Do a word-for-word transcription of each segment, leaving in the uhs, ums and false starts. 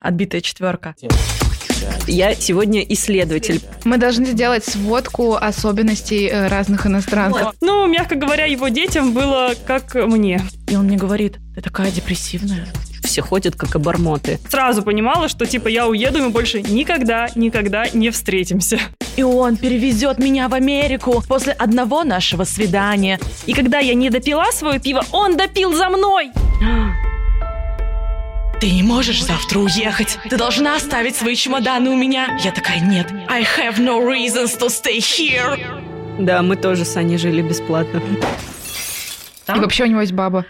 Отбитая четверка. Я сегодня исследователь. Мы должны сделать сводку особенностей разных иностранцев. Вот. Ну, мягко говоря, его детям было как мне. И он мне говорит: ты такая депрессивная. Все ходят как обормоты. Сразу понимала, что типа я уеду, и мы больше никогда, никогда не встретимся. И он перевезет меня в Америку после одного нашего свидания. И когда я не допила свое пиво, он допил за мной. Ты не можешь завтра уехать. Ты должна оставить свои чемоданы у меня. Я такая: нет. I have no reasons to stay here. Да, мы тоже с Аней жили бесплатно. И вообще у него есть баба.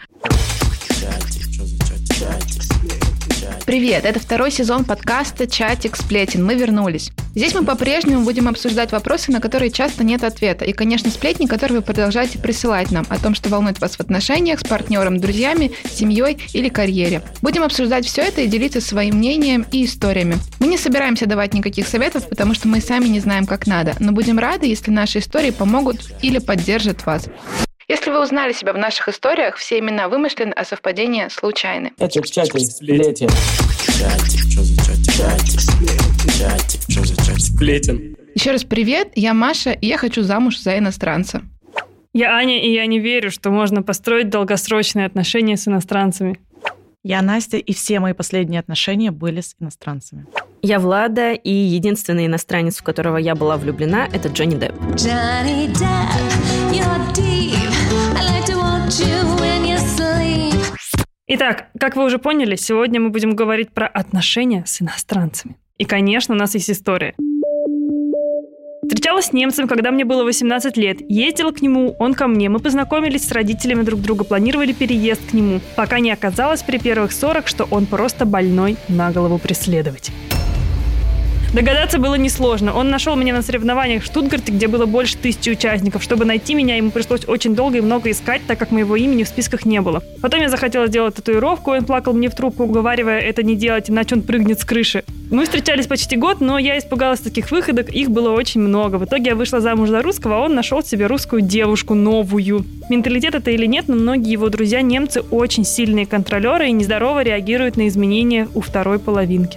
Привет, это второй сезон подкаста «Чатик сплетен». Мы вернулись. Здесь мы по-прежнему будем обсуждать вопросы, на которые часто нет ответа. И, конечно, сплетни, которые вы продолжаете присылать нам, о том, что волнует вас в отношениях с партнером, друзьями, семьей или карьере. Будем обсуждать все это и делиться своим мнением и историями. Мы не собираемся давать никаких советов, потому что мы сами не знаем, как надо. Но будем рады, если наши истории помогут или поддержат вас. Если вы узнали себя в наших историях, все имена вымышлены, а совпадения случайны. Это чатик сплетен. Сплетен. Еще раз привет, я Маша, и я хочу замуж за иностранца. Я Аня, и я не верю, что можно построить долгосрочные отношения с иностранцами. Я Настя, и все мои последние отношения были с иностранцами. Я Влада, и единственный иностранец, в которого я была влюблена, это Джонни Депп. Johnny Depp, you're deep. I like to watch you when you sleep. Итак, как вы уже поняли, сегодня мы будем говорить про отношения с иностранцами. И, конечно, у нас есть история. Встречалась с немцем, когда мне было восемнадцать лет. Ездила к нему, он ко мне. Мы познакомились с родителями друг друга, планировали переезд к нему, пока не оказалось при первых ссорах, что он просто больной на голову преследователь. Догадаться было несложно. Он нашел меня на соревнованиях в Штутгарте, где было больше тысячи участников. Чтобы найти меня, ему пришлось очень долго и много искать, так как моего имени в списках не было. Потом я захотела сделать татуировку, он плакал мне в трубку, уговаривая это не делать, иначе он прыгнет с крыши. Мы встречались почти год, но я испугалась таких выходок, их было очень много. В итоге я вышла замуж за русского, а он нашел себе русскую девушку, новую. Менталитет это или нет, но многие его друзья-немцы очень сильные контролеры и нездорово реагируют на изменения у второй половинки.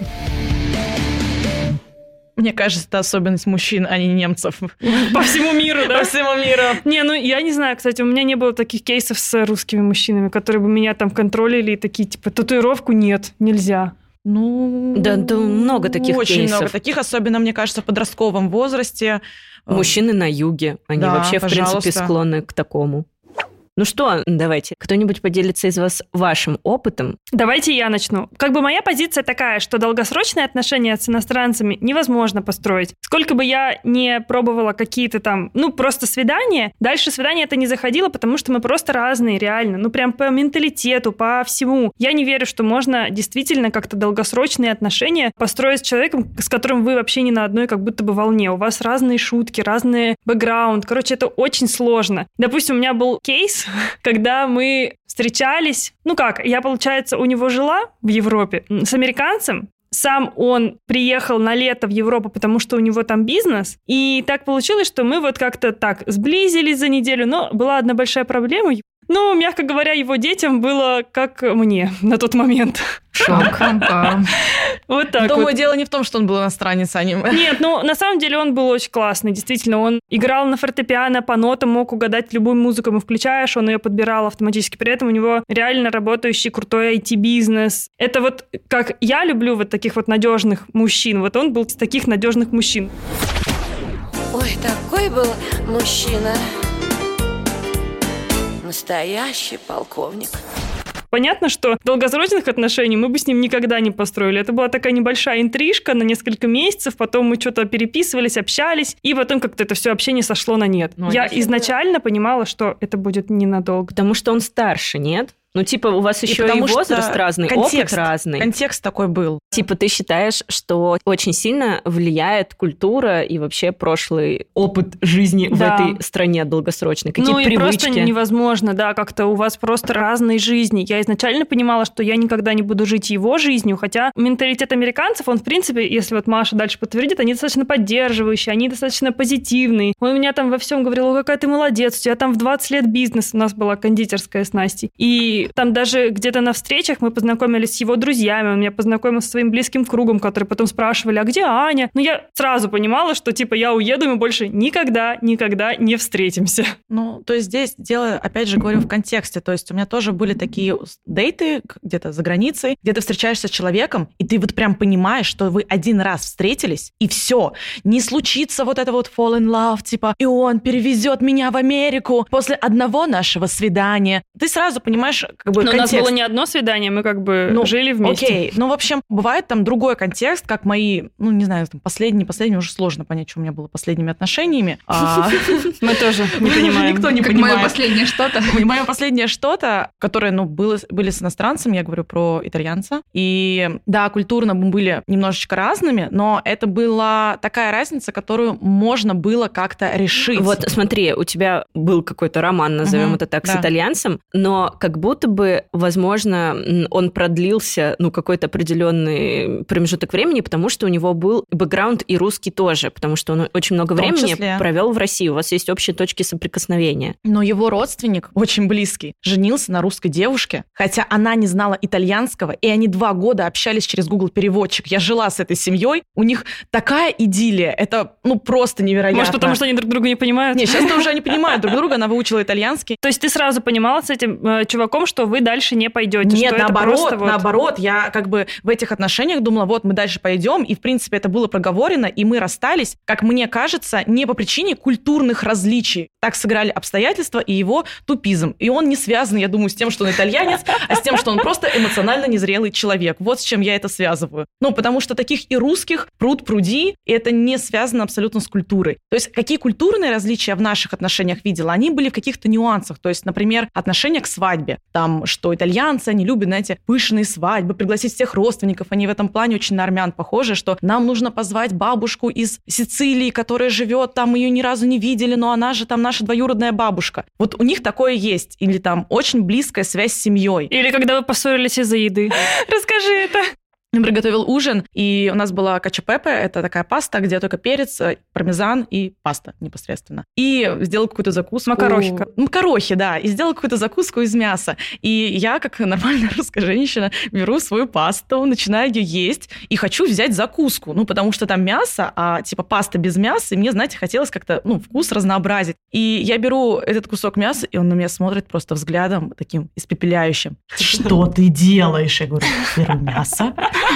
Мне кажется, это особенность мужчин, а не немцев. По всему миру, да? По всему миру. Не, ну я не знаю, кстати, у меня не было таких кейсов с русскими мужчинами, которые бы меня там контролили и такие, типа, татуировку нет, нельзя. Ну, да, да, много таких очень кейсов. много таких, особенно, мне кажется, в подростковом возрасте. Мужчины на юге, они да, вообще, пожалуйста. в принципе, склонны к такому. Ну что, давайте, кто-нибудь поделится из вас вашим опытом? Давайте я начну. Как бы моя позиция такая, что долгосрочные отношения с иностранцами невозможно построить. Сколько бы я не пробовала какие-то там, ну, просто свидания, дальше свидания это не заходило, потому что мы просто разные, реально. Ну, прям по менталитету, по всему. Я не верю, что можно действительно как-то долгосрочные отношения построить с человеком, с которым вы вообще не на одной как будто бы волне. У вас разные шутки, разный бэкграунд. Короче, это очень сложно. Допустим, у меня был кейс, когда мы встречались, ну как, я, получается, у него жила в Европе с американцем, сам он приехал на лето в Европу, потому что у него там бизнес, и так получилось, что мы вот как-то так сблизились за неделю, но была одна большая проблема. Ну, мягко говоря, его детям было как мне на тот момент. Шок. Вот так Думаю, вот. дело не в том, что он был иностранец, а не... Нет, ну, на самом деле он был очень классный. Действительно, он играл на фортепиано, по нотам мог угадать любую музыку. Ему включаешь, он ее подбирал автоматически. При этом у него реально работающий крутой ай ти-бизнес. Это вот как я люблю вот таких вот надежных мужчин. Вот он был из таких надежных мужчин. Ой, такой был мужчина. Настоящий полковник. Понятно, что долгосрочных отношений мы бы с ним никогда не построили. Это была такая небольшая интрижка на несколько месяцев, потом мы что-то переписывались, общались, и потом как-то это все общение сошло на нет. Ну, Я изначально понимала, что это будет ненадолго. Потому что он старше, нет? Ну, типа, у вас еще и, и возраст разный, контекст, опыт разный. Контекст такой был. Типа, ты считаешь, что очень сильно влияет культура и вообще прошлый опыт жизни да. в этой стране долгосрочной? Какие ну, привычки? Ну, и просто невозможно, да, как-то у вас просто разные жизни. Я изначально понимала, что я никогда не буду жить его жизнью, хотя менталитет американцев, он, в принципе, если вот Маша дальше подтвердит, они достаточно поддерживающие, они достаточно позитивные. Он у меня там во всем говорил: о, какая ты молодец, у тебя там в двадцать лет бизнес. У нас была кондитерская с Настей. И И там даже где-то на встречах мы познакомились с его друзьями, он меня познакомил со своим близким кругом, которые потом спрашивали, а где Аня? Ну, я сразу понимала, что, типа, я уеду, и мы больше никогда, никогда не встретимся. Ну, то есть здесь дело, опять же, говорю в контексте. То есть у меня тоже были такие дейты где-то за границей, где ты встречаешься с человеком, и ты вот прям понимаешь, что вы один раз встретились, и все. Не случится вот это вот fall in love, типа, и он перевезет меня в Америку после одного нашего свидания. Ты сразу понимаешь, как бы, Но контекст. у нас было не одно свидание, мы как бы Ну, жили вместе. Окей, ну, в общем, бывает там другой контекст, как мои, ну, не знаю, там, последние, последние, уже сложно понять, что у меня было последними отношениями. А, Мы тоже не понимаем. Никто не Как понимает. мое последнее что-то. Мое последнее что-то, которое, ну, было, были с иностранцами, я говорю про итальянца. И да, культурно мы были немножечко разными, но это была такая разница, которую можно было как-то решить. Вот смотри, у тебя был какой-то роман, назовем Мгм, это так, да. с итальянцем, но как будто бы, возможно, м, он продлился, ну, какой-то определенный промежуток времени, потому что у него был бэкграунд и русский тоже, потому что он очень много В том времени числе. провел в России. У вас есть общие точки соприкосновения. Но его родственник, очень близкий, женился на русской девушке, хотя она не знала итальянского, и они два года общались через Google переводчик. Я жила с этой семьей, у них такая идиллия, это, ну, просто невероятно. Может, потому что они друг друга не понимают? Не, сейчас-то уже они понимают друг друга, она выучила итальянский. То есть ты сразу понимала с этим э, чуваком, что вы дальше не пойдете? Нет, что это наоборот, просто вот- наоборот, я как бы в этих отношениях думала, вот мы дальше пойдем, и в принципе это было проговорено, и мы расстались, как мне кажется, не по причине культурных различий. Так сыграли обстоятельства и его тупизм. И он не связан, я думаю, с тем, что он итальянец, а с тем, что он просто эмоционально незрелый человек. Вот с чем я это связываю. Ну, потому что таких и русских пруд пруди, и это не связано абсолютно с культурой. То есть какие культурные различия в наших отношениях видела? Они были в каких-то нюансах. То есть, например, отношение к свадьбе. Там, что итальянцы, они любят, знаете, пышные свадьбы, пригласить всех родственников. Они в этом плане очень на армян похожи, что нам нужно позвать бабушку из Сицилии, которая живет там, мы ее ни разу не видели, но она же там наша двоюродная бабушка. Вот у них такое есть. Или там очень близкая связь с семьей. Или когда вы поссорились из-за еды. Расскажи это. Я приготовил ужин, и у нас была качо-пепе, это такая паста, где только перец, пармезан и паста непосредственно. И сделал какую-то закуску. Макарохи. Макарохи, да. И сделал какую-то закуску из мяса. И я, как нормальная русская женщина, беру свою пасту, начинаю ее есть, и хочу взять закуску. Ну, потому что там мясо, а типа паста без мяса, и мне, знаете, хотелось как-то, ну, вкус разнообразить. И я беру этот кусок мяса, и он на меня смотрит просто взглядом таким испепеляющим. Что ты делаешь? Я говорю, беру мясо.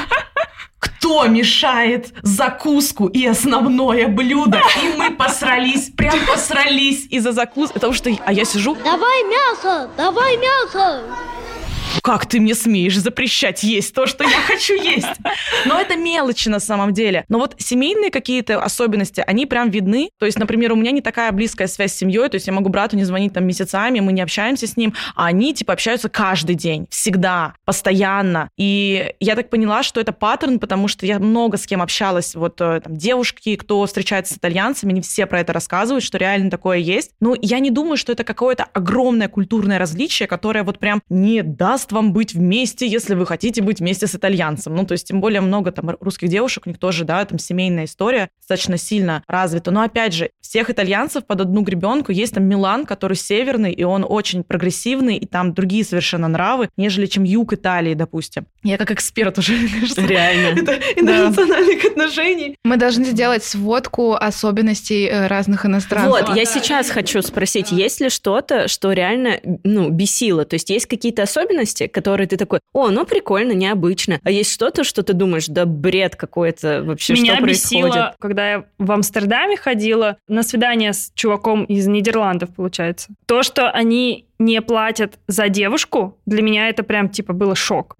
Кто мешает закуску и основное блюдо? И мы посрались, прям посрались из-за закуски. Потому что, а я сижу, Давай мясо! Давай мясо! как ты мне смеешь запрещать есть то, что я хочу есть? Но это мелочи на самом деле. Но вот семейные какие-то особенности, они прям видны. То есть, например, у меня не такая близкая связь с семьей, то есть я могу брату не звонить там месяцами, мы не общаемся с ним, а они типа общаются каждый день, всегда, постоянно. И я так поняла, что это паттерн, потому что я много с кем общалась, вот там девушки, кто встречается с итальянцами, они все про это рассказывают, что реально такое есть. Но я не думаю, что это какое-то огромное культурное различие, которое вот прям не даст вам быть вместе, если вы хотите быть вместе с итальянцем. Ну, то есть, тем более много там русских девушек, у них тоже, да, там семейная история достаточно сильно развита. Но, опять же, всех итальянцев под одну гребенку. Есть там Милан, который северный, и он очень прогрессивный, и там другие совершенно нравы, нежели чем юг Италии, допустим. Я как эксперт уже, мне кажется. Реально. Это интернациональных отношений. Мы должны сделать сводку особенностей э, разных иностранцев. Вот, я сейчас хочу спросить, есть ли что-то, что реально, ну, бесило? То есть есть какие-то особенности, которые ты такой, о, ну, прикольно, необычно. А есть что-то, что ты думаешь, да бред какой-то вообще, Меня что бесило, происходит? когда я в Амстердаме ходила на свидание с чуваком из Нидерландов, получается. То, что они не платят за девушку, для меня это прям типа было шок.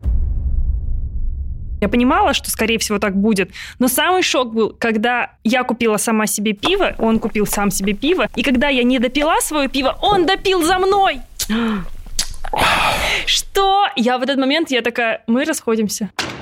Я понимала, что, скорее всего, так будет. Но самый шок был, когда я купила сама себе пиво, он купил сам себе пиво, и когда я не допила свое пиво, он допил за мной! Что? Я в этот момент, я такая, мы расходимся.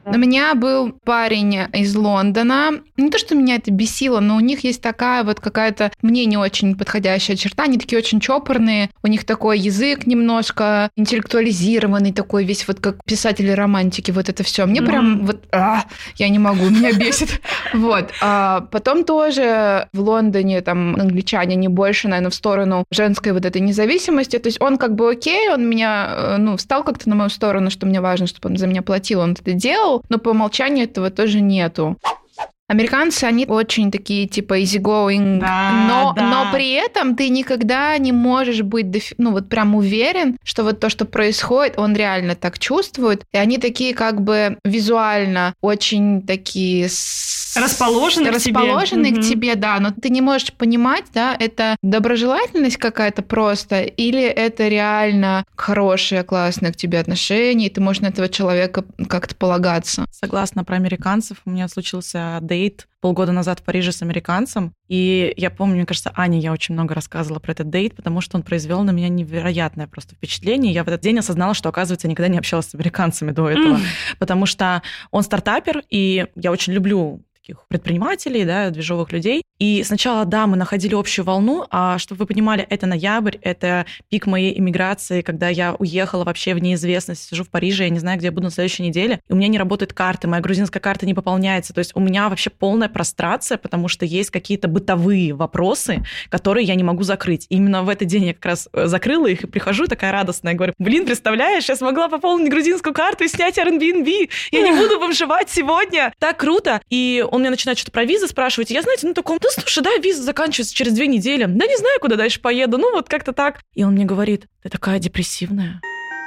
У меня был парень из Лондона. Не то, что меня это бесило, но у них есть такая вот какая-то мне не очень подходящая черта. Они такие очень чопорные. У них такой язык немножко интеллектуализированный, такой весь вот как писатели-романтики. Вот это все. Мне mm-hmm. прям вот... А, я не могу, меня бесит. Вот. А потом тоже в Лондоне там англичане, они больше, наверное, в сторону женской вот этой независимости. То есть он как бы окей, он меня, ну, встал как-то на мою сторону, что мне важно, чтобы он за меня платил, он это делал, но по умолчанию этого тоже нету. Американцы, они очень такие, типа, easygoing, да, но, да. но при этом ты никогда не можешь быть, ну, вот прям уверен, что вот то, что происходит, он реально так чувствует, и они такие, как бы, визуально очень такие... Расположены, расположены к тебе. к тебе, да, но ты не можешь понимать, да, это доброжелательность какая-то просто, или это реально хорошие, классные к тебе отношения, и ты можешь на этого человека как-то полагаться. Согласна про американцев. У меня случился дейт полгода назад в Париже с американцем, и я помню, мне кажется, Ане я очень много рассказывала про этот дейт, потому что он произвел на меня невероятное просто впечатление. Я в этот день осознала, что, оказывается, никогда не общалась с американцами до этого, mm. потому что он стартапер, и я очень люблю таких предпринимателей, да, движовых людей. И сначала, да, мы находили общую волну, а чтобы вы понимали, это ноябрь, это пик моей эмиграции, когда я уехала вообще в неизвестность, сижу в Париже, я не знаю, где я буду на следующей неделе, и у меня не работает карта, моя грузинская карта не пополняется, то есть у меня вообще полная прострация, потому что есть какие-то бытовые вопросы, которые я не могу закрыть. И именно в этот день я как раз закрыла их и прихожу такая радостная, говорю, блин, представляешь, я смогла пополнить грузинскую карту и снять Airbnb, я не буду бомжевать сегодня, так круто. И он мне начинает что-то про визы спрашивать, и я, знаете, ну таком, да слушай, да, виза заканчивается через две недели, да не знаю, куда дальше поеду, ну вот как-то так. И он мне говорит, ты такая депрессивная.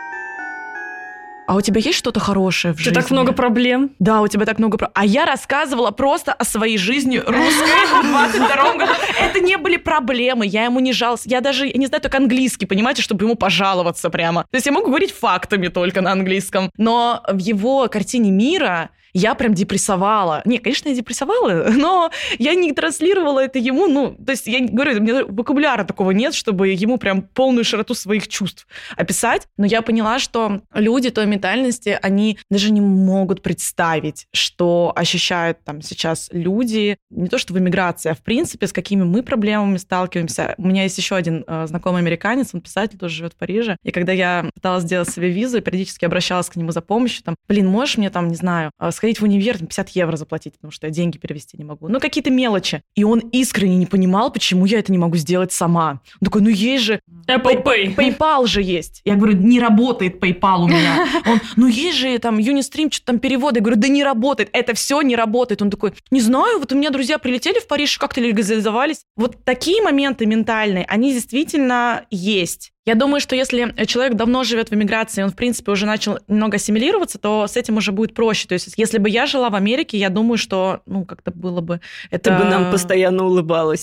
А у тебя есть что-то хорошее в Ты жизни? так много проблем. Да, у тебя так много проблем. А я рассказывала просто о своей жизни русской в двадцать втором году. Это не были проблемы, я ему не жаловалась. Я даже, я не знаю, только английский, понимаете, чтобы ему пожаловаться прямо. То есть я могу говорить фактами только на английском. Но в его картине мира я прям депрессовала. Не, конечно, я депрессовала, но я не транслировала это ему. Ну, то есть я говорю, у меня вокабуляра такого нет, чтобы ему прям полную широту своих чувств описать. Но я поняла, что люди той ментальности, они даже не могут представить, что ощущают там сейчас люди, не то что в эмиграции, а в принципе, с какими мы проблемами сталкиваемся. У меня есть еще один э, знакомый американец, он писатель, тоже живет в Париже. И когда я пыталась сделать себе визу, периодически обращалась к нему за помощью, там, блин, можешь мне там, не знаю, сходить в универ, пятьдесят евро заплатить, потому что я деньги перевести не могу. Ну, какие-то мелочи. И он искренне не понимал, почему я это не могу сделать сама. Он такой, ну, есть же... Apple Pay. PayPal же есть. Я говорю, не работает PayPal у меня. Он, ну, есть же там Unistream, что-то там переводы. Я говорю, да не работает. Это все не работает. Он такой, не знаю, вот у меня друзья прилетели в Париж, как-то легализовались. Вот такие моменты ментальные, они действительно есть. Я думаю, что если человек давно живет в эмиграции, он, в принципе, уже начал немного ассимилироваться, то с этим уже будет проще. То есть, если бы я жила в Америке, я думаю, что, ну, как-то было бы... Это... Ты бы нам постоянно улыбалась.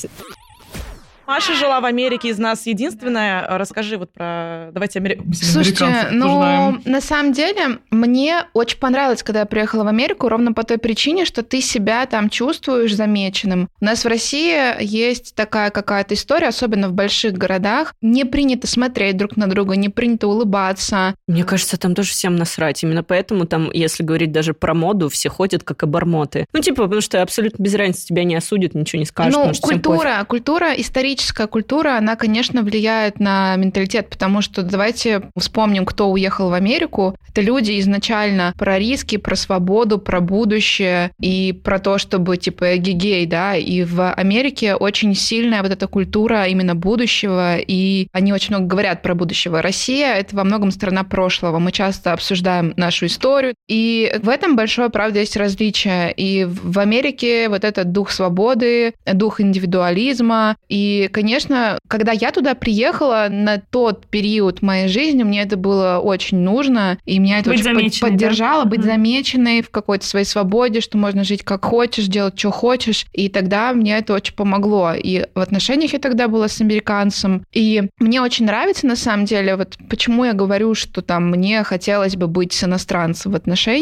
Маша жила в Америке, из нас единственная. Расскажи вот про... Давайте амери... Слушайте, ну, на самом деле, мне очень понравилось, когда я приехала в Америку, ровно по той причине, что ты себя там чувствуешь замеченным. У нас в России есть такая какая-то история, особенно в больших городах. Не принято смотреть друг на друга, не принято улыбаться. Мне кажется, там тоже всем насрать. Именно поэтому там, если говорить даже про моду, все ходят как обормоты. Ну, типа, потому что абсолютно без разницы, тебя не осудят, ничего не скажут. Ну, культура, культура историческая. Историческая культура, она, конечно, влияет на менталитет, потому что давайте вспомним, кто уехал в Америку. Это люди изначально про риски, про свободу, про будущее и про то, чтобы, типа, эгегей, да, и в Америке очень сильная вот эта культура именно будущего, и они очень много говорят про будущего. Россия — это во многом страна прошлого. Мы часто обсуждаем нашу историю, и в этом большое, правда, есть различие. И в Америке вот этот дух свободы, дух индивидуализма, и конечно, когда я туда приехала, на тот период моей жизни, мне это было очень нужно, и меня это быть очень поддержало, да? Быть mm-hmm. замеченной в какой-то своей свободе, что можно жить как хочешь, делать, что хочешь, и тогда мне это очень помогло. И в отношениях я тогда была с американцем, и мне очень нравится, на самом деле, вот почему я говорю, что там мне хотелось бы быть с иностранцем в отношениях.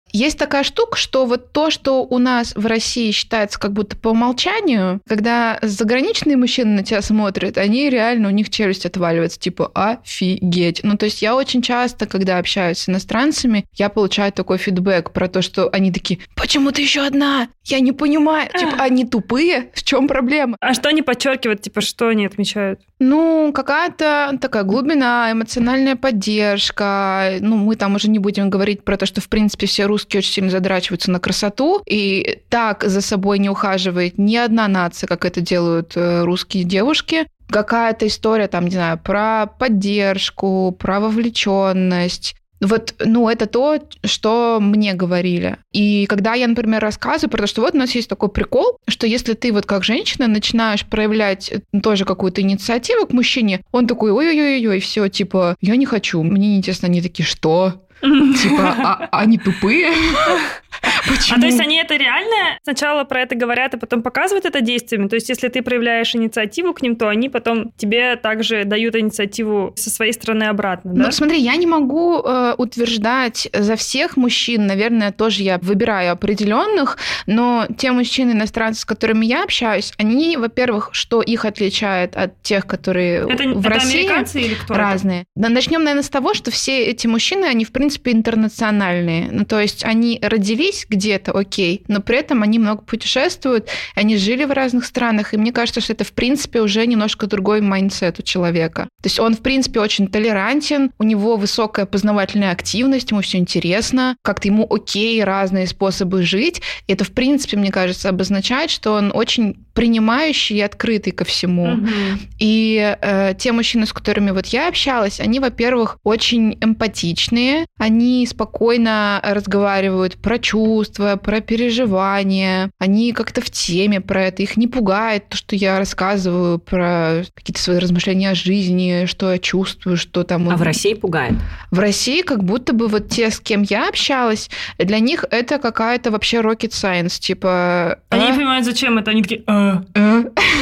Есть такая штука, что вот то, что у нас в России считается как будто по умолчанию, когда заграничные мужчины на тебя смотрят, они реально, у них челюсть отваливается, типа офигеть. Ну, то есть я очень часто, когда общаюсь с иностранцами, я получаю такой фидбэк про то, что они такие: почему ты еще одна? Я не понимаю. Типа, они тупые? В чем проблема? А что они подчеркивают, типа, что они отмечают? Ну, какая-то такая глубина, эмоциональная поддержка. Ну, мы там уже не будем говорить про то, что, в принципе, все русские очень сильно задрачиваются на красоту, и так за собой не ухаживает ни одна нация, как это делают русские девушки. Какая-то история, там, не знаю, про поддержку, про вовлеченность. Вот, ну, это то, что мне говорили. И когда я, например, рассказываю про то, что вот у нас есть такой прикол, что если ты вот как женщина начинаешь проявлять тоже какую-то инициативу к мужчине, он такой: ой-ой-ой, все, типа, я не хочу, мне неинтересно. Они такие: что? Типа, а, они тупые? Почему? А то есть они это реально сначала про это говорят, а потом показывают это действиями? То есть если ты проявляешь инициативу к ним, то они потом тебе также дают инициативу со своей стороны обратно, да? Ну, смотри, я не могу э, утверждать за всех мужчин, наверное, тоже я выбираю определенных, но те мужчины, иностранцы, с которыми я общаюсь, они, во-первых, что их отличает от тех, которые это, в это России, американцы или кто разные. Да, начнем, наверное, с того, что все эти мужчины, они, в принципе, интернациональные. Ну, то есть они родились где-то, окей, но при этом они много путешествуют, они жили в разных странах, и мне кажется, что это, в принципе, уже немножко другой майндсет у человека. То есть он, в принципе, очень толерантен, у него высокая познавательная активность, ему все интересно, как-то ему окей разные способы жить. И это, в принципе, мне кажется, обозначает, что он очень принимающий и открытый ко всему. Mm-hmm. И э, те мужчины, с которыми вот я общалась, они, во-первых, очень эмпатичные, они спокойно разговаривают про чувства, про переживания, они как-то в теме про это, их не пугает то, что я рассказываю про какие-то свои размышления о жизни, что я чувствую, что там... А в России пугает? В России как будто бы вот те, с кем я общалась, для них это какая-то вообще rocket science, типа... Они а? не понимают, зачем это, они такие... А. А?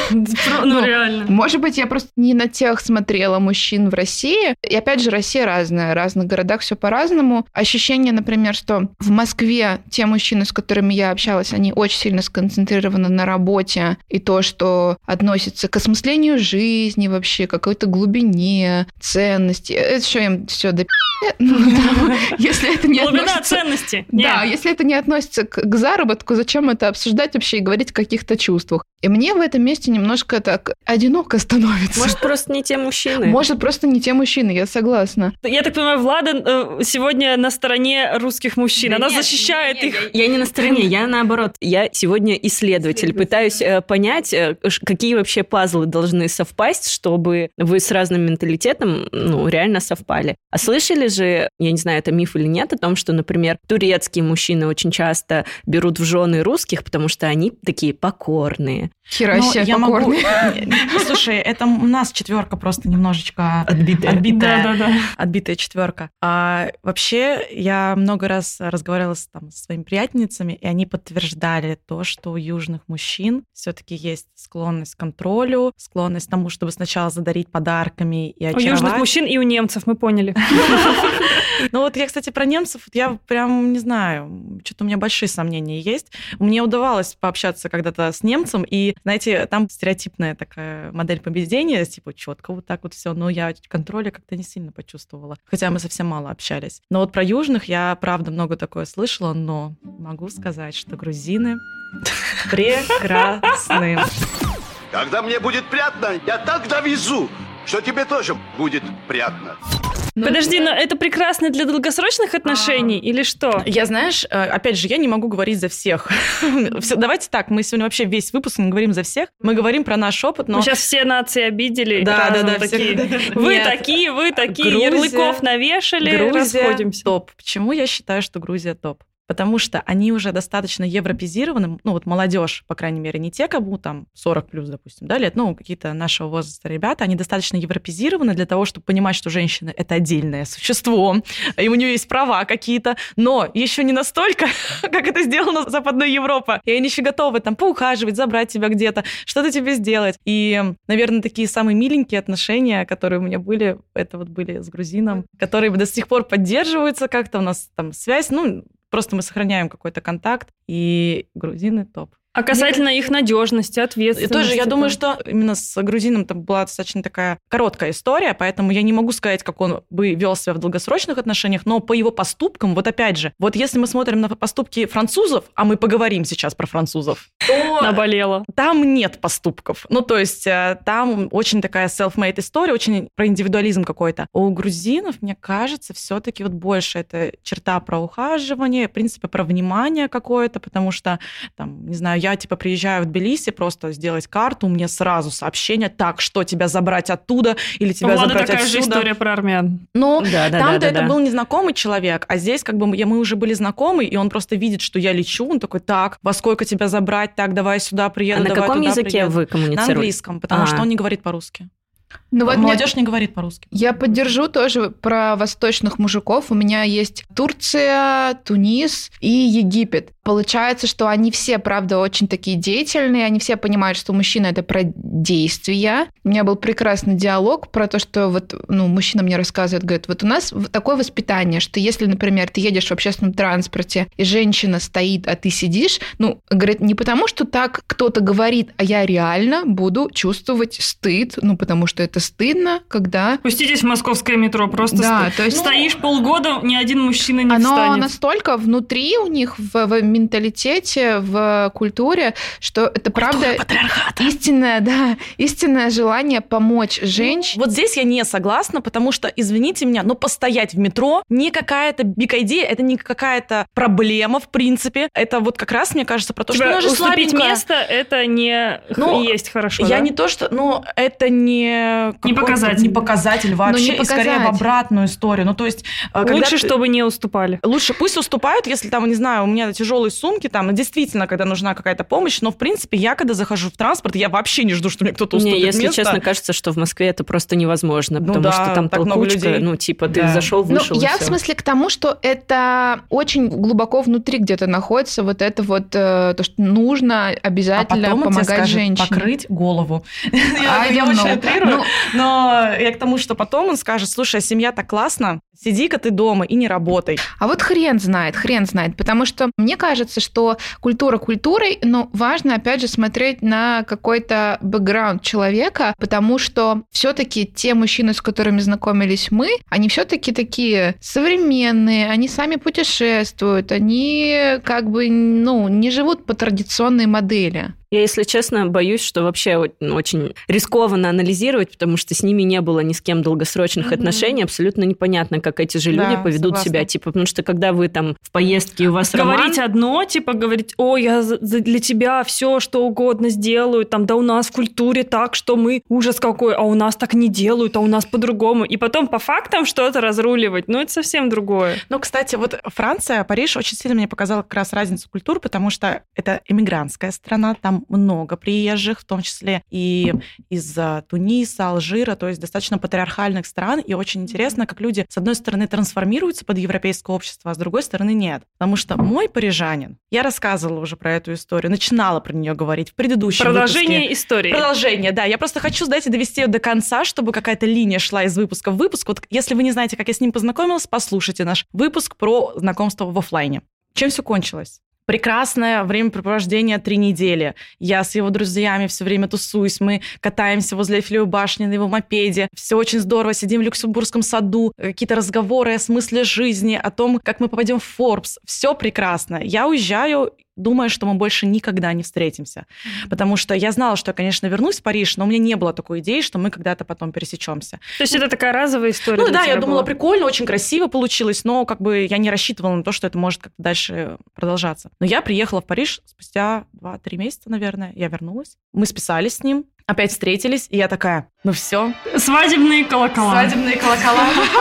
Ну, реально. Может быть, я просто не на тех смотрела мужчин в России. И опять же, Россия разная, в разных городах все по-разному. Ощущение, например, что в Москве те мужчины, с которыми я общалась, они очень сильно сконцентрированы на работе и то, что относится к осмыслению жизни вообще, какой-то глубине, ценности. Это что им все до если это не глубина относится... ценности. Да, если это не относится к, к заработку, зачем это обсуждать вообще и говорить о каких-то чувствах? И мне в этом месте немножко так одиноко становится. Может, просто не те мужчины? Может, просто не те мужчины, я согласна. Я так понимаю, Влада сегодня на стороне русских мужчин. Да Она нет, защищает нет, их. Я, я не на стороне, я наоборот. Я сегодня исследователь. Пытаюсь э, понять, э, какие вообще пазлы должны совпасть, чтобы вы с разным менталитетом, ну, реально совпали. А слышали же, я не знаю, это миф или нет, о том, что, например, турецкие мужчины очень часто берут в жены русских, потому что они такие покорные. Хера себе я покорные. могу... Слушай, это у нас четверка просто немножечко Отбитая. отбитая, Да, да, да. отбитая четверка. А вообще я много раз разговаривала с, там, со своими приятельницами, и они подтверждали то, что у южных мужчин все-таки есть склонность к контролю, склонность к тому, чтобы сначала задарить подарками и очаровать. У южных мужчин и у немцев, мы поняли. Ну вот я, кстати, про немцев, я прям не знаю, что-то у меня большие сомнения есть. Мне удавалось пообщаться когда-то с немцем, и, знаете, там стереотипная такая модель поведения, типа четко вот так вот все, но я контроля как-то не сильно почувствовала, хотя мы совсем мало общались. Но вот про южных я, правда, много такое слышала, но могу сказать, что грузины прекрасны. Когда мне будет приятно, я так довезу, что тебе тоже будет приятно. Подожди, но это прекрасно для долгосрочных отношений или что? Я, знаешь, опять же, я не могу говорить за всех. Давайте так, мы сегодня вообще весь выпуск не говорим за всех, мы говорим про наш опыт, но... Мы сейчас все нации обидели. Да, да, да. Такие. Все... Вы Нет. такие, вы такие, Грузия, ярлыков навешали, Грузия расходимся. Топ. Почему я считаю, что Грузия топ? Потому что они уже достаточно европеизированы, ну вот молодежь, по крайней мере, не те, кому там сорок плюс, допустим, да, лет, ну какие-то нашего возраста ребята, они достаточно европеизированы для того, чтобы понимать, что женщина — это отдельное существо, и у нее есть права какие-то, но еще не настолько, как это сделана Западная Европа, и они еще готовы там поухаживать, забрать тебя где-то, что-то тебе сделать. И, наверное, такие самые миленькие отношения, которые у меня были, это вот были с грузином, которые до сих пор поддерживаются как-то, у нас там связь, ну, просто мы сохраняем какой-то контакт, и грузины топ. А касательно их надежности, ответственности. Тоже, я думаю, что именно с грузином там была достаточно такая короткая история, поэтому я не могу сказать, как он бы вел себя в долгосрочных отношениях, но по его поступкам, вот опять же, вот если мы смотрим на поступки французов, а мы поговорим сейчас про французов, то наболело. Там нет поступков. Ну, то есть там очень такая self-made история, очень про индивидуализм какой-то. У грузинов, мне кажется, все-таки вот больше это черта про ухаживание, в принципе, про внимание какое-то, потому что, там, не знаю, я типа приезжаю в Тбилиси просто сделать карту, мне сразу сообщение, так, что тебя забрать оттуда или тебя У Влады забрать такая отсюда. же история про армян. Ну, да, да, там-то да, это да. был незнакомый человек, а здесь как бы мы уже были знакомы, и он просто видит, что я лечу, он такой, так, во сколько тебя забрать, так, давай сюда приеду, А на давай каком туда языке приеду. вы коммуницируете? На английском, потому А. что он не говорит по-русски. Ну, вот Молодежь мне- не говорит по-русски. Я поддержу тоже про восточных мужиков. У меня есть Турция, Тунис и Египет. Получается, что они все, правда, очень такие деятельные, они все понимают, что мужчина — это про действия. У меня был прекрасный диалог про то, что вот, ну, мужчина мне рассказывает, говорит, вот у нас такое воспитание, что если, например, ты едешь в общественном транспорте, и женщина стоит, а ты сидишь, ну, говорит, не потому, что так кто-то говорит, а я реально буду чувствовать стыд, ну, потому что это стыдно, когда... Пуститесь в московское метро, просто Да, сто- то есть- стоишь полгода, ни один мужчина не Оно встанет. настолько внутри у них в, в менталитете, в культуре, что это правда истинное, да, истинное желание помочь женщине. Вот здесь я не согласна, потому что, извините меня, но постоять в метро не какая-то big idea, это не какая-то проблема, в принципе. Это вот как раз, мне кажется, про то, Типа, что ну, же уступить слабенькая. место, это не Ну, х- есть хорошо, Я да? не то, что... Ну, это не... Не какой-то- показатель. Не показатель вообще, не и скорее в показатель. обратную историю. Ну, то есть... э, когда Лучше, ты- чтобы не уступали. Лучше пусть уступают, если там, не знаю, у меня тяжелые сумки, там, действительно, когда нужна какая-то помощь, но, в принципе, я, когда захожу в транспорт, я вообще не жду, что мне кто-то уступит Не, если место. честно, кажется, что в Москве это просто невозможно, Ну потому да, что там так много толкучка, людей. ну, типа, ты Да. зашел, Ну, вышел, и я в всё. смысле к тому, что это очень глубоко внутри где-то находится, вот это вот, э, то, что нужно А обязательно потом он тебе помогать скажет женщине. покрыть голову. I Я don't очень know. утрирую, Ну, но я к тому, что потом он скажет, слушай, а семья так классно, сиди-ка ты дома и не работай. А вот хрен знает, хрен знает, потому что мне кажется, что культура культурой, но важно, опять же, смотреть на какой-то бэкграунд человека, потому что все-таки те мужчины, с которыми знакомились мы, они все-таки такие современные, они сами путешествуют, они как бы, ну, не живут по традиционной модели. Я, если честно, боюсь, что вообще о- ну, очень рискованно анализировать, потому что с ними не было ни с кем долгосрочных Мгм. отношений, абсолютно непонятно, как эти же люди Да, поведут согласна. себя, типа, потому что когда вы там в поездке, и у вас роман... Говорить одно, типа говорить, о, я за- за- для тебя все, что угодно сделаю, там, да у нас в культуре так, что мы ужас какой, а у нас так не делают, а у нас по-другому. И потом по фактам что-то разруливать, ну это совсем другое. Ну, кстати, вот Франция, Париж очень сильно мне показала как раз разницу культур, потому что это эмигрантская страна, там много приезжих, в том числе и из а, Туниса, Алжира, то есть достаточно патриархальных стран, и очень интересно, как люди, с одной стороны, трансформируются под европейское общество, а с другой стороны, нет. Потому что мой парижанин, я рассказывала уже про эту историю, начинала про нее говорить в предыдущем Продолжение выпуске. истории. Продолжение, да. Я просто хочу, знаете, довести ее до конца, чтобы какая-то линия шла из выпуска в выпуск. Вот если вы не знаете, как я с ним познакомилась, послушайте наш выпуск про знакомство в офлайне. Чем все кончилось? Прекрасное времяпрепровождение три недели. Я с его друзьями все время тусуюсь, мы катаемся возле Эйфелевой башни на его мопеде. Все очень здорово, сидим в Люксембургском саду, какие-то разговоры о смысле жизни, о том, как мы попадем в Forbes. Все прекрасно. Я уезжаю, думая, что мы больше никогда не встретимся. Потому что я знала, что я, конечно, вернусь в Париж, но у меня не было такой идеи, что мы когда-то потом пересечемся. То есть это такая разовая история Ну для да, тебя я думала, была? прикольно, очень красиво получилось, но как бы я не рассчитывала на то, что это может как-то дальше продолжаться. Но я приехала в Париж спустя два-три месяца, наверное, я вернулась. Мы списались с ним, опять встретились, и я такая, ну все, Свадебные колокола. свадебные колокола.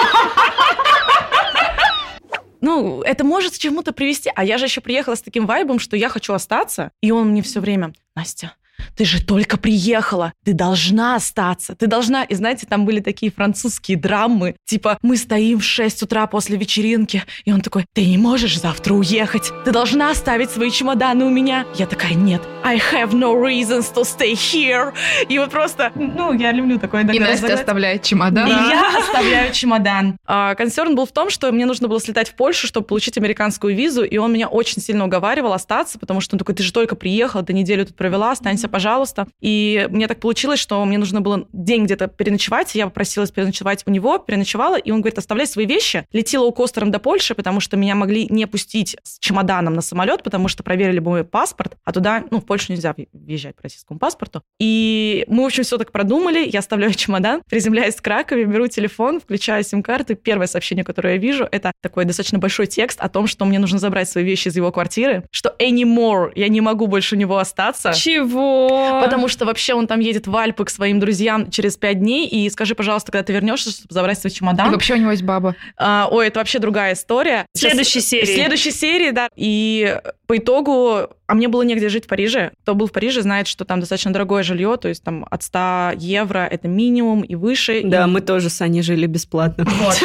Ну, это может к чему-то привести. А я же еще приехала с таким вайбом, что я хочу остаться. И он мне все время, Настя, ты же только приехала, ты должна остаться, ты должна. И знаете, там были такие французские драмы, типа мы стоим в шесть утра после вечеринки, и он такой, ты не можешь завтра уехать, ты должна оставить свои чемоданы у меня. Я такая, нет, I have no reasons to stay here. И вот просто, ну, я люблю такое. И Настя оставляет чемодан. И я оставляю чемодан. А, консерн был в том, что мне нужно было слетать в Польшу, чтобы получить американскую визу, и он меня очень сильно уговаривал остаться, потому что он такой, ты же только приехала, ты неделю тут провела, останься, пожалуйста. И мне так получилось, что мне нужно было день где-то переночевать, и я попросилась переночевать у него, переночевала, и он говорит, оставляй свои вещи. Летела лоукостером до Польши, потому что меня могли не пустить с чемоданом на самолет, потому что проверили бы мой паспорт, а туда, ну, в Польшу нельзя въезжать по российскому паспорту. И мы, в общем, все так продумали, я оставляю чемодан, приземляюсь в Кракове, беру телефон, включаю сим-карты. Первое сообщение, которое я вижу, это такой достаточно большой текст о том, что мне нужно забрать свои вещи из его квартиры, что anymore, я не могу больше у него остаться. Чего? Потому что вообще он там едет в Альпы к своим друзьям через пять дней, и скажи, пожалуйста, когда ты вернешься, чтобы забрать свой чемодан. И вообще у него есть баба. А, ой, это вообще другая история. В следующей Сейчас, серии. В следующей серии, да. И по итогу, а мне было негде жить в Париже. Кто был в Париже, знает, что там достаточно дорогое жилье, то есть там от ста евро это минимум и выше. Да, и... мы тоже с Аней жили бесплатно. Вот.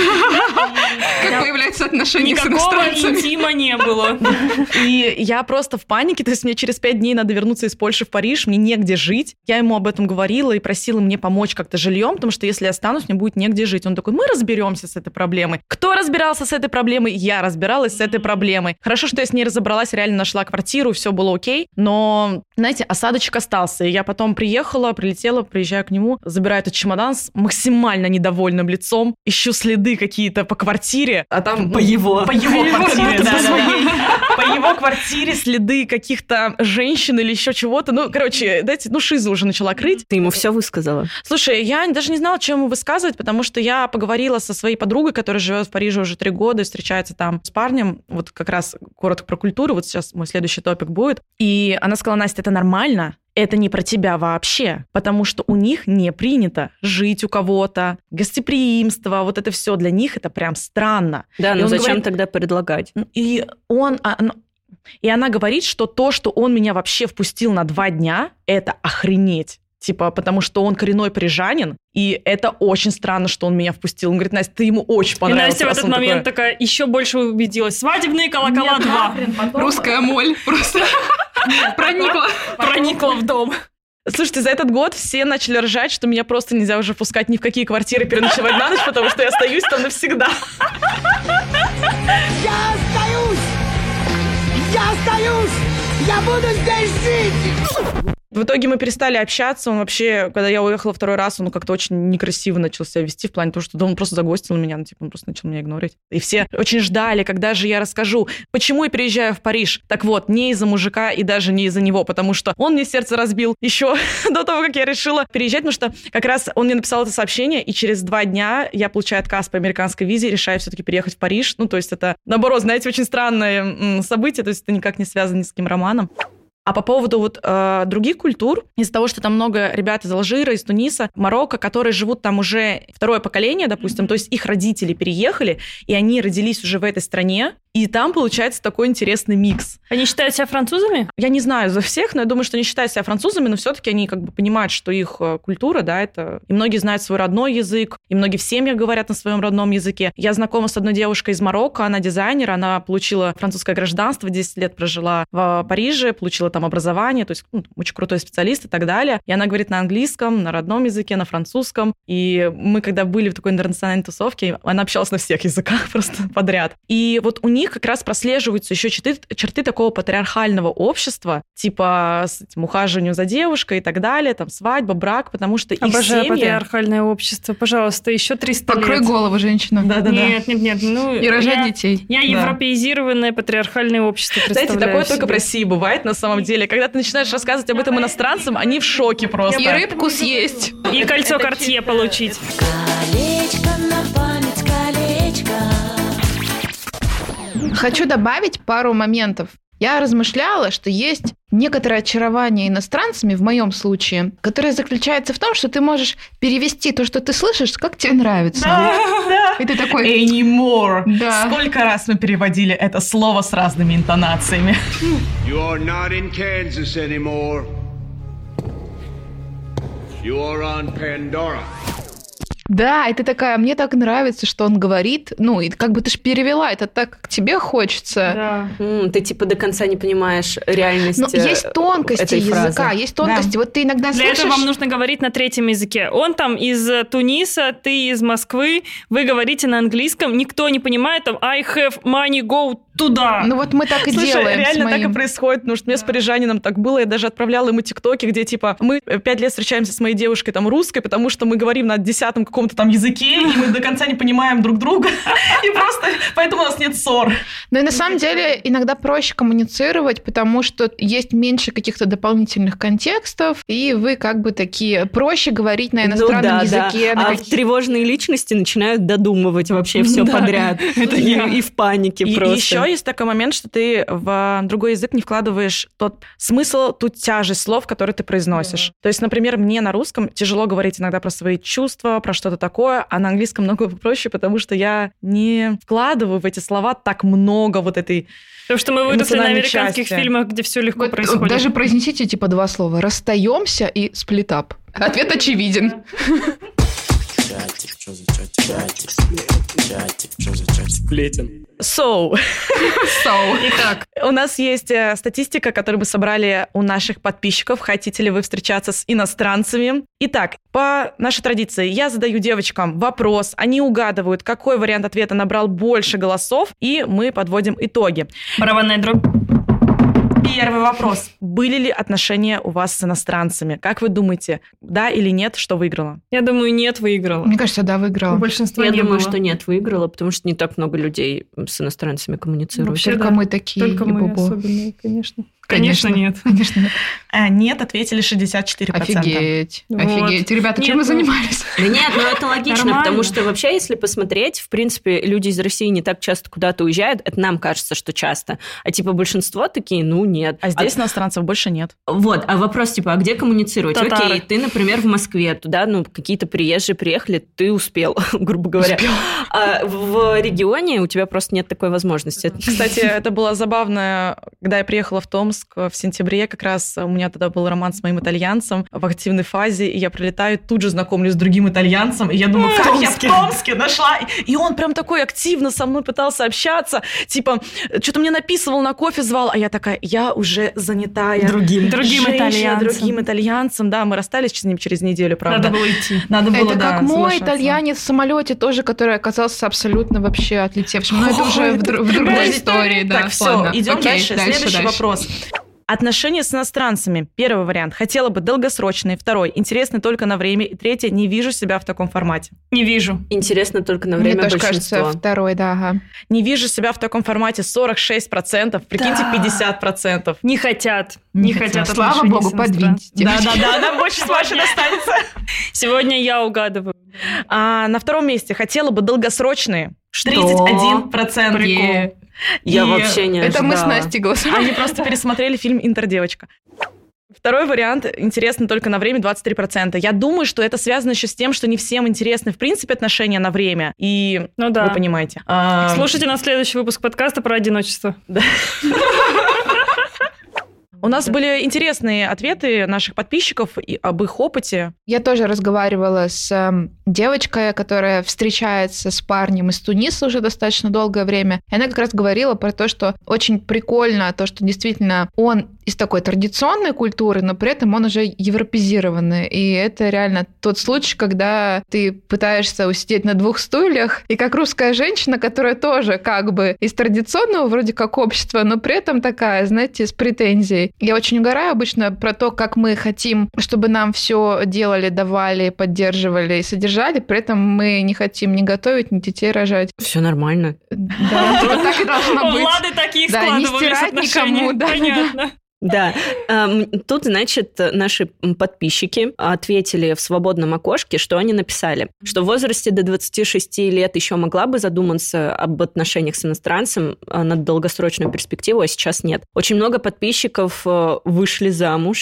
Как появляются отношения с Никакого иностранцами? интима не было. И я просто в панике, то есть мне через пять дней надо вернуться из Польши в Париж, мне негде жить. Я ему об этом говорила и просила мне помочь как-то жильем, потому что если я останусь, мне будет негде жить. Он такой, мы разберемся с этой проблемой. Кто разбирался с этой проблемой? Я разбиралась с этой проблемой. Хорошо, что я с ней разобралась, реально нашла квартиру, все было окей, но, знаете, осадочек остался. И я потом приехала, прилетела, приезжаю к нему, забираю этот чемодан с максимально недовольным лицом, ищу следы какие-то по квартире, а там... По его. По его квартире, да, да, да. По его квартире следы каких-то женщин или еще чего-то. Ну, короче, дайте, ну, шиза уже начала крыть. Ты ему все высказала? Слушай, я даже не знала, чем ему высказывать, потому что я поговорила со своей подругой, которая живет в Париже уже три года и встречается там с парнем. Вот как раз коротко про культуру. Вот сейчас мой следующий топик будет. И она сказала, Настя, это нормально. Это не про тебя вообще, потому что у них не принято жить у кого-то, гостеприимство, вот это все для них это прям странно. Да, и но зачем говорит, тогда предлагать? И он, и она говорит, что то, что он меня вообще впустил на два дня, это охренеть. Типа, потому что он коренной парижанин, и это очень странно, что он меня впустил. Он говорит, Настя, ты ему очень понравился. И Настя в этот момент такой... такая еще больше убедилась. Свадебные колокола два. Русская моль просто проникла. Проникла в дом. Слушайте, за этот год все начали ржать, что меня просто нельзя уже пускать ни в какие квартиры переночевать на ночь, потому что я остаюсь там навсегда. Я остаюсь! Я остаюсь! Я буду здесь жить! В итоге мы перестали общаться. Он вообще, когда я уехала второй раз, он как-то очень некрасиво начал себя вести в плане того, что да, он просто загостил меня, ну, типа, он просто начал меня игнорить. И все очень ждали, когда же я расскажу, почему я переезжаю в Париж. Так вот, не из-за мужика и даже не из-за него, потому что он мне сердце разбил еще до того, как я решила переезжать, потому что как раз он мне написал это сообщение, и через два дня я получаю отказ по американской визе, решаю все-таки переехать в Париж. Ну, то есть это, наоборот, знаете, очень странное событие, то есть это никак не связано ни с каким романом. А по поводу вот э, других культур, из-за того, что там много ребят из Алжира, из Туниса, Марокко, которые живут там уже второе поколение, допустим, то есть их родители переехали, и они родились уже в этой стране, и там получается такой интересный микс. Они считают себя французами? Я не знаю за всех, но я думаю, что они считают себя французами, но все-таки они как бы понимают, что их культура, да, это... И многие знают свой родной язык, и многие в семьях говорят на своем родном языке. Я знакома с одной девушкой из Марокко, она дизайнер, она получила французское гражданство, десять лет прожила в Париже, получила там образование, то есть ну, очень крутой специалист и так далее. И она говорит на английском, на родном языке, на французском. И мы, когда были в такой интернациональной тусовке, она общалась на всех языках просто подряд. И вот у них как раз прослеживаются еще черты, черты такого патриархального общества, типа с этим ухаживанием за девушкой и так далее, там свадьба, брак, потому что их Обожаю семьи... патриархальное общество. Пожалуйста, еще триста лет. Покрой голову, женщина. Да-да-да. Нет, нет, нет. Ну, и рожать я, детей. Я да. европеизированное патриархальное общество представляю. Знаете, такое себе. только в России бывает на самом деле. Когда ты начинаешь рассказывать об этом иностранцам, они в шоке просто. И рыбку съесть. И кольцо Картье получить. Колечко на память, колечко. Хочу добавить пару моментов. Я размышляла, что есть некоторое очарование иностранцами, в моем случае, которое заключается в том, что ты можешь перевести то, что ты слышишь, как тебе нравится. Да, да. И ты такой... Anymore. Да. Сколько раз мы переводили это слово с разными интонациями. You are not in Kansas anymore. You are on Pandora. Да, и ты такая, мне так нравится, что он говорит. Ну, и как бы ты ж перевела это так, как тебе хочется. Да. М, Ты типа до конца не понимаешь реальность Но э, есть тонкости этой языка, фразы. есть тонкости. Вот ты иногда Для слышишь... этого вам нужно говорить на третьем языке. Он там из Туниса, ты из Москвы, вы говорите на английском, никто не понимает, там, I have money, go туда. Ну вот мы так и Слушай, делаем с реально так моим. и происходит, потому что у меня с парижанином так было, я даже отправляла ему тиктоки, где типа мы пять лет встречаемся с моей девушкой там русской, потому что мы говорим на десятом каком-то там языке, и мы до конца не понимаем друг друга, и просто поэтому у нас нет ссор. Ну и на самом деле иногда проще коммуницировать, потому что есть меньше каких-то дополнительных контекстов, и вы как бы такие проще говорить на иностранном Ну да, языке. да. на А каких- тревожные личности начинают додумывать вообще все Да, подряд. это и, я. и в панике И просто. еще есть такой момент, что ты в другой язык не вкладываешь тот смысл, ту тяжесть слов, которые ты произносишь. То есть, например, мне на русском тяжело говорить иногда про свои чувства, про что-то такое, а на английском много проще, потому что я не вкладываю в эти слова так много вот этой... Потому что мы выросли на эмоциональной американских части. фильмах, где все легко Вот происходит. даже произнесите типа два слова. Расстаемся и сплитап. Ответ очевиден. Сплетен. So, Итак, у нас есть э, статистика, которую мы собрали у наших подписчиков. Хотите ли вы встречаться с иностранцами? Итак, по нашей традиции, я задаю девочкам вопрос, они угадывают, какой вариант ответа набрал больше голосов, и мы подводим итоги. барабанная дробь. Первый вопрос. Были ли отношения у вас с иностранцами? Как вы думаете, да или нет, что выиграла? Я думаю, нет, выиграла. Мне кажется, да, У выиграла. большинства Я не думаю, было. что нет, выиграла, потому что не так много людей с иностранцами коммуницируют. Вообще, Только да. мы такие. Только мы ебу-бу. особенные, конечно. Конечно, нет. Конечно нет. А, нет, ответили шестьдесят четыре процента. Офигеть. Вот. Офигеть. Ребята, чем Нет, мы ну- занимались? Да нет, ну это логично, Нормально. потому что вообще, если посмотреть, в принципе, люди из России не так часто куда-то уезжают, это нам кажется, что часто, а типа большинство такие, ну нет. А здесь иностранцев больше нет. Вот, а вопрос типа, а где коммуницировать? Татары. Окей, ты, например, в Москве, туда, ну, какие-то приезжие приехали, ты успел, грубо говоря. А в регионе у тебя просто нет такой возможности. Кстати, это было забавно, когда я приехала в Томск в сентябре, как раз у меня тогда был роман с моим итальянцем в активной фазе, и я прилетаю, тут же знакомлюсь с другим итальянцем, и я думаю, как я в Томске нашла? И он прям такой активно со мной пытался общаться, типа, что-то мне написывал, на кофе звал, а я такая, я уже занятая. Другим. Другим женщина, итальянцем. другим итальянцем, да, мы расстались с ним через неделю, правда. Надо было идти. Надо было, Это да, как мой соглашаться. итальянец в самолете тоже, который оказался абсолютно вообще отлетевшим. Но это Ой, уже в, это дру- в другой другая истории, да. Так, все, Ладно. идем Окей, дальше. Следующий дальше. вопрос. Отношения с иностранцами. Первый вариант. Хотела бы долгосрочные. Второй. Интересный только на время. И третий. Не вижу себя в таком формате. Не вижу. Интересно только на Мне время тоже большинства. кажется, второй, да, ага. Не вижу себя в таком формате. сорок шесть процентов. Прикиньте, Да. пятьдесят процентов. Не хотят. Не, Не хотят. хотят. Слава отношений богу, с иностранцами. подвиньте. Да-да-да, нам больше с вашей достанется. Сегодня я угадываю. А на втором месте. Хотела бы долгосрочные. тридцать один процент. Прикол. Я И вообще не Это мы с ожидала. Настей голосовали. Они просто пересмотрели фильм «Интердевочка». Второй вариант интересно только на время, двадцать три процента. Я думаю, что это связано еще с тем, что не всем интересны в принципе отношения на время. И Ну да. вы понимаете. А, Слушайте на следующий выпуск подкаста про одиночество. У нас были интересные ответы наших подписчиков и об их опыте. Я тоже разговаривала с эм, девочкой, которая встречается с парнем из Туниса уже достаточно долгое время. И она как раз говорила про то, что очень прикольно то, что действительно он из такой традиционной культуры, но при этом он уже европезированный. И это реально тот случай, когда ты пытаешься усидеть на двух стульях, и как русская женщина, которая тоже как бы из традиционного вроде как общества, но при этом такая, знаете, с претензией. Я очень угораю обычно про то, как мы хотим, чтобы нам все делали, давали, поддерживали и содержали, при этом мы не хотим ни готовить, ни детей рожать. Все нормально. Да, вот так и должно У быть. Влады такие Да, не складывались стирать отношения. никому, да, Понятно. Да, эм, тут, значит, наши подписчики ответили в свободном окошке, что они написали, что в возрасте до двадцати шести лет еще могла бы задуматься об отношениях с иностранцем э, на долгосрочную перспективу, а сейчас нет. Очень много подписчиков э, вышли замуж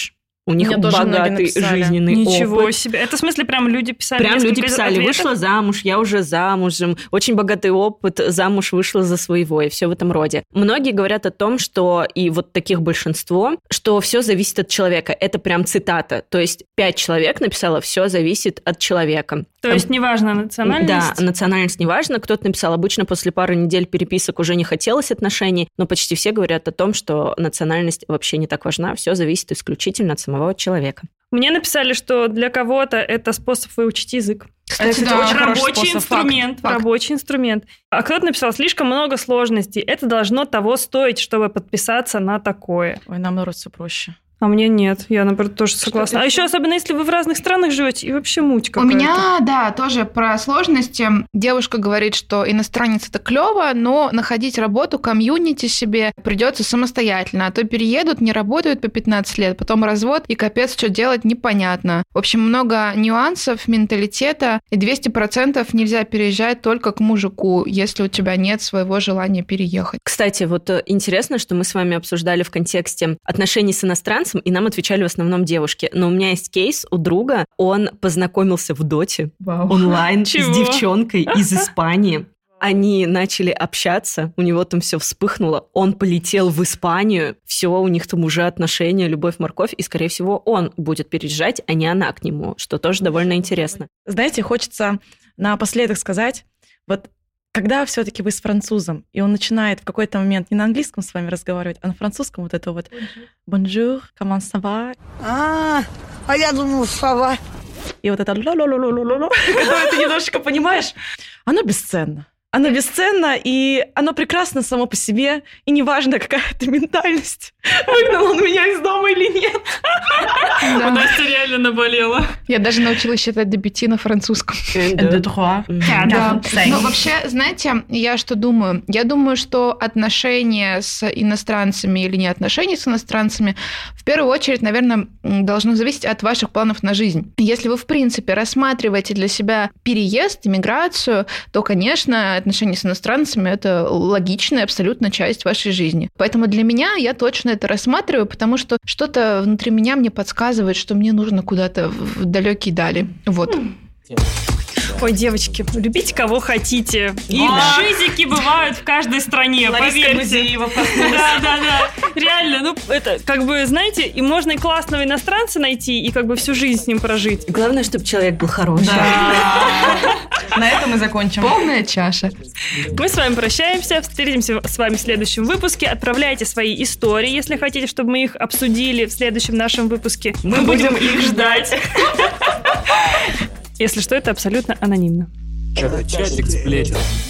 У них Мне тоже многие богатый написали. жизненный Ничего опыт. себе. Это в смысле прям люди писали? Прям люди несколько писали, ответов? вышла замуж, я уже замужем, очень богатый опыт, замуж вышла за своего, и все в этом роде. Многие говорят о том, что, и вот таких большинство, что все зависит от человека. Это прям цитата. То есть пять человек написало, все зависит от человека. То есть неважно национальность? Да, национальность неважно. Кто-то написал, обычно после пары недель переписок уже не хотелось отношений, но почти все говорят о том, что национальность вообще не так важна, все зависит исключительно от самого человека. Мне написали, что для кого-то это способ выучить язык. Кстати, Это это очень хороший Рабочий способ. инструмент, Факт. рабочий инструмент. А кто-то написал, слишком много сложностей, это должно того стоить, чтобы подписаться на такое. Ой, нам, наоборот, все проще. А мне нет, я, наоборот, тоже согласна. А еще особенно, если вы в разных странах живете, и вообще муть У какая-то. меня, да, тоже про сложности. Девушка говорит, что иностранец это клево, но находить работу, комьюнити себе придется самостоятельно, а то переедут, не работают по пятнадцать лет, потом развод, и капец, что делать, непонятно. В общем, много нюансов, менталитета, и двести процентов нельзя переезжать только к мужику, если у тебя нет своего желания переехать. Кстати, вот э, интересно, что мы с вами обсуждали в контексте отношений с иностранцем, и нам отвечали в основном девушки. Но у меня есть кейс у друга, он познакомился в доте онлайн с Чего? девчонкой из Испании. Они начали общаться, у него там все вспыхнуло, он полетел в Испанию, все, у них там уже отношения, любовь, морковь, и, скорее всего, он будет переезжать, а не она к нему, что тоже довольно интересно. Знаете, хочется напоследок сказать, вот когда все-таки вы с французом, и он начинает в какой-то момент не на английском с вами разговаривать, а на французском вот это вот «bonjour», «comment ça va?» А, а я думал, слова. И вот это «ла-ла-ла-ла-ла-ла», которое ты немножечко понимаешь, оно бесценно. Оно бесценно, и оно прекрасно само по себе, и неважно, какая это ментальность, выгнал он меня из дома или нет. Да. Настя реально наболела. Я даже научилась считать до пяти на французском. Да. Да. Но вообще, знаете, я что думаю? Я думаю, что отношения с иностранцами или не отношения с иностранцами в первую очередь, наверное, должно зависеть от ваших планов на жизнь. Если вы, в принципе, рассматриваете для себя переезд, иммиграцию, то, конечно, отношения с иностранцами – это логичная абсолютно часть вашей жизни. Поэтому для меня я точно это рассматриваю, потому что что-то внутри меня мне подсказывает, что мне нужно куда-то в далекие дали. Вот. Ой, девочки, любите кого хотите. И шизики бывают в каждой стране, поверьте. Да, да, да. Реально, ну, это, как бы, знаете, и можно и классного иностранца найти, и как бы всю жизнь с ним прожить. Главное, чтобы человек был хороший. На этом мы закончим. Полная чаша. Мы с вами прощаемся, встретимся с вами в следующем выпуске. Отправляйте свои истории, если хотите, чтобы мы их обсудили в следующем нашем выпуске. Мы будем их ждать. Если что, это абсолютно анонимно. Это чатик сплетен.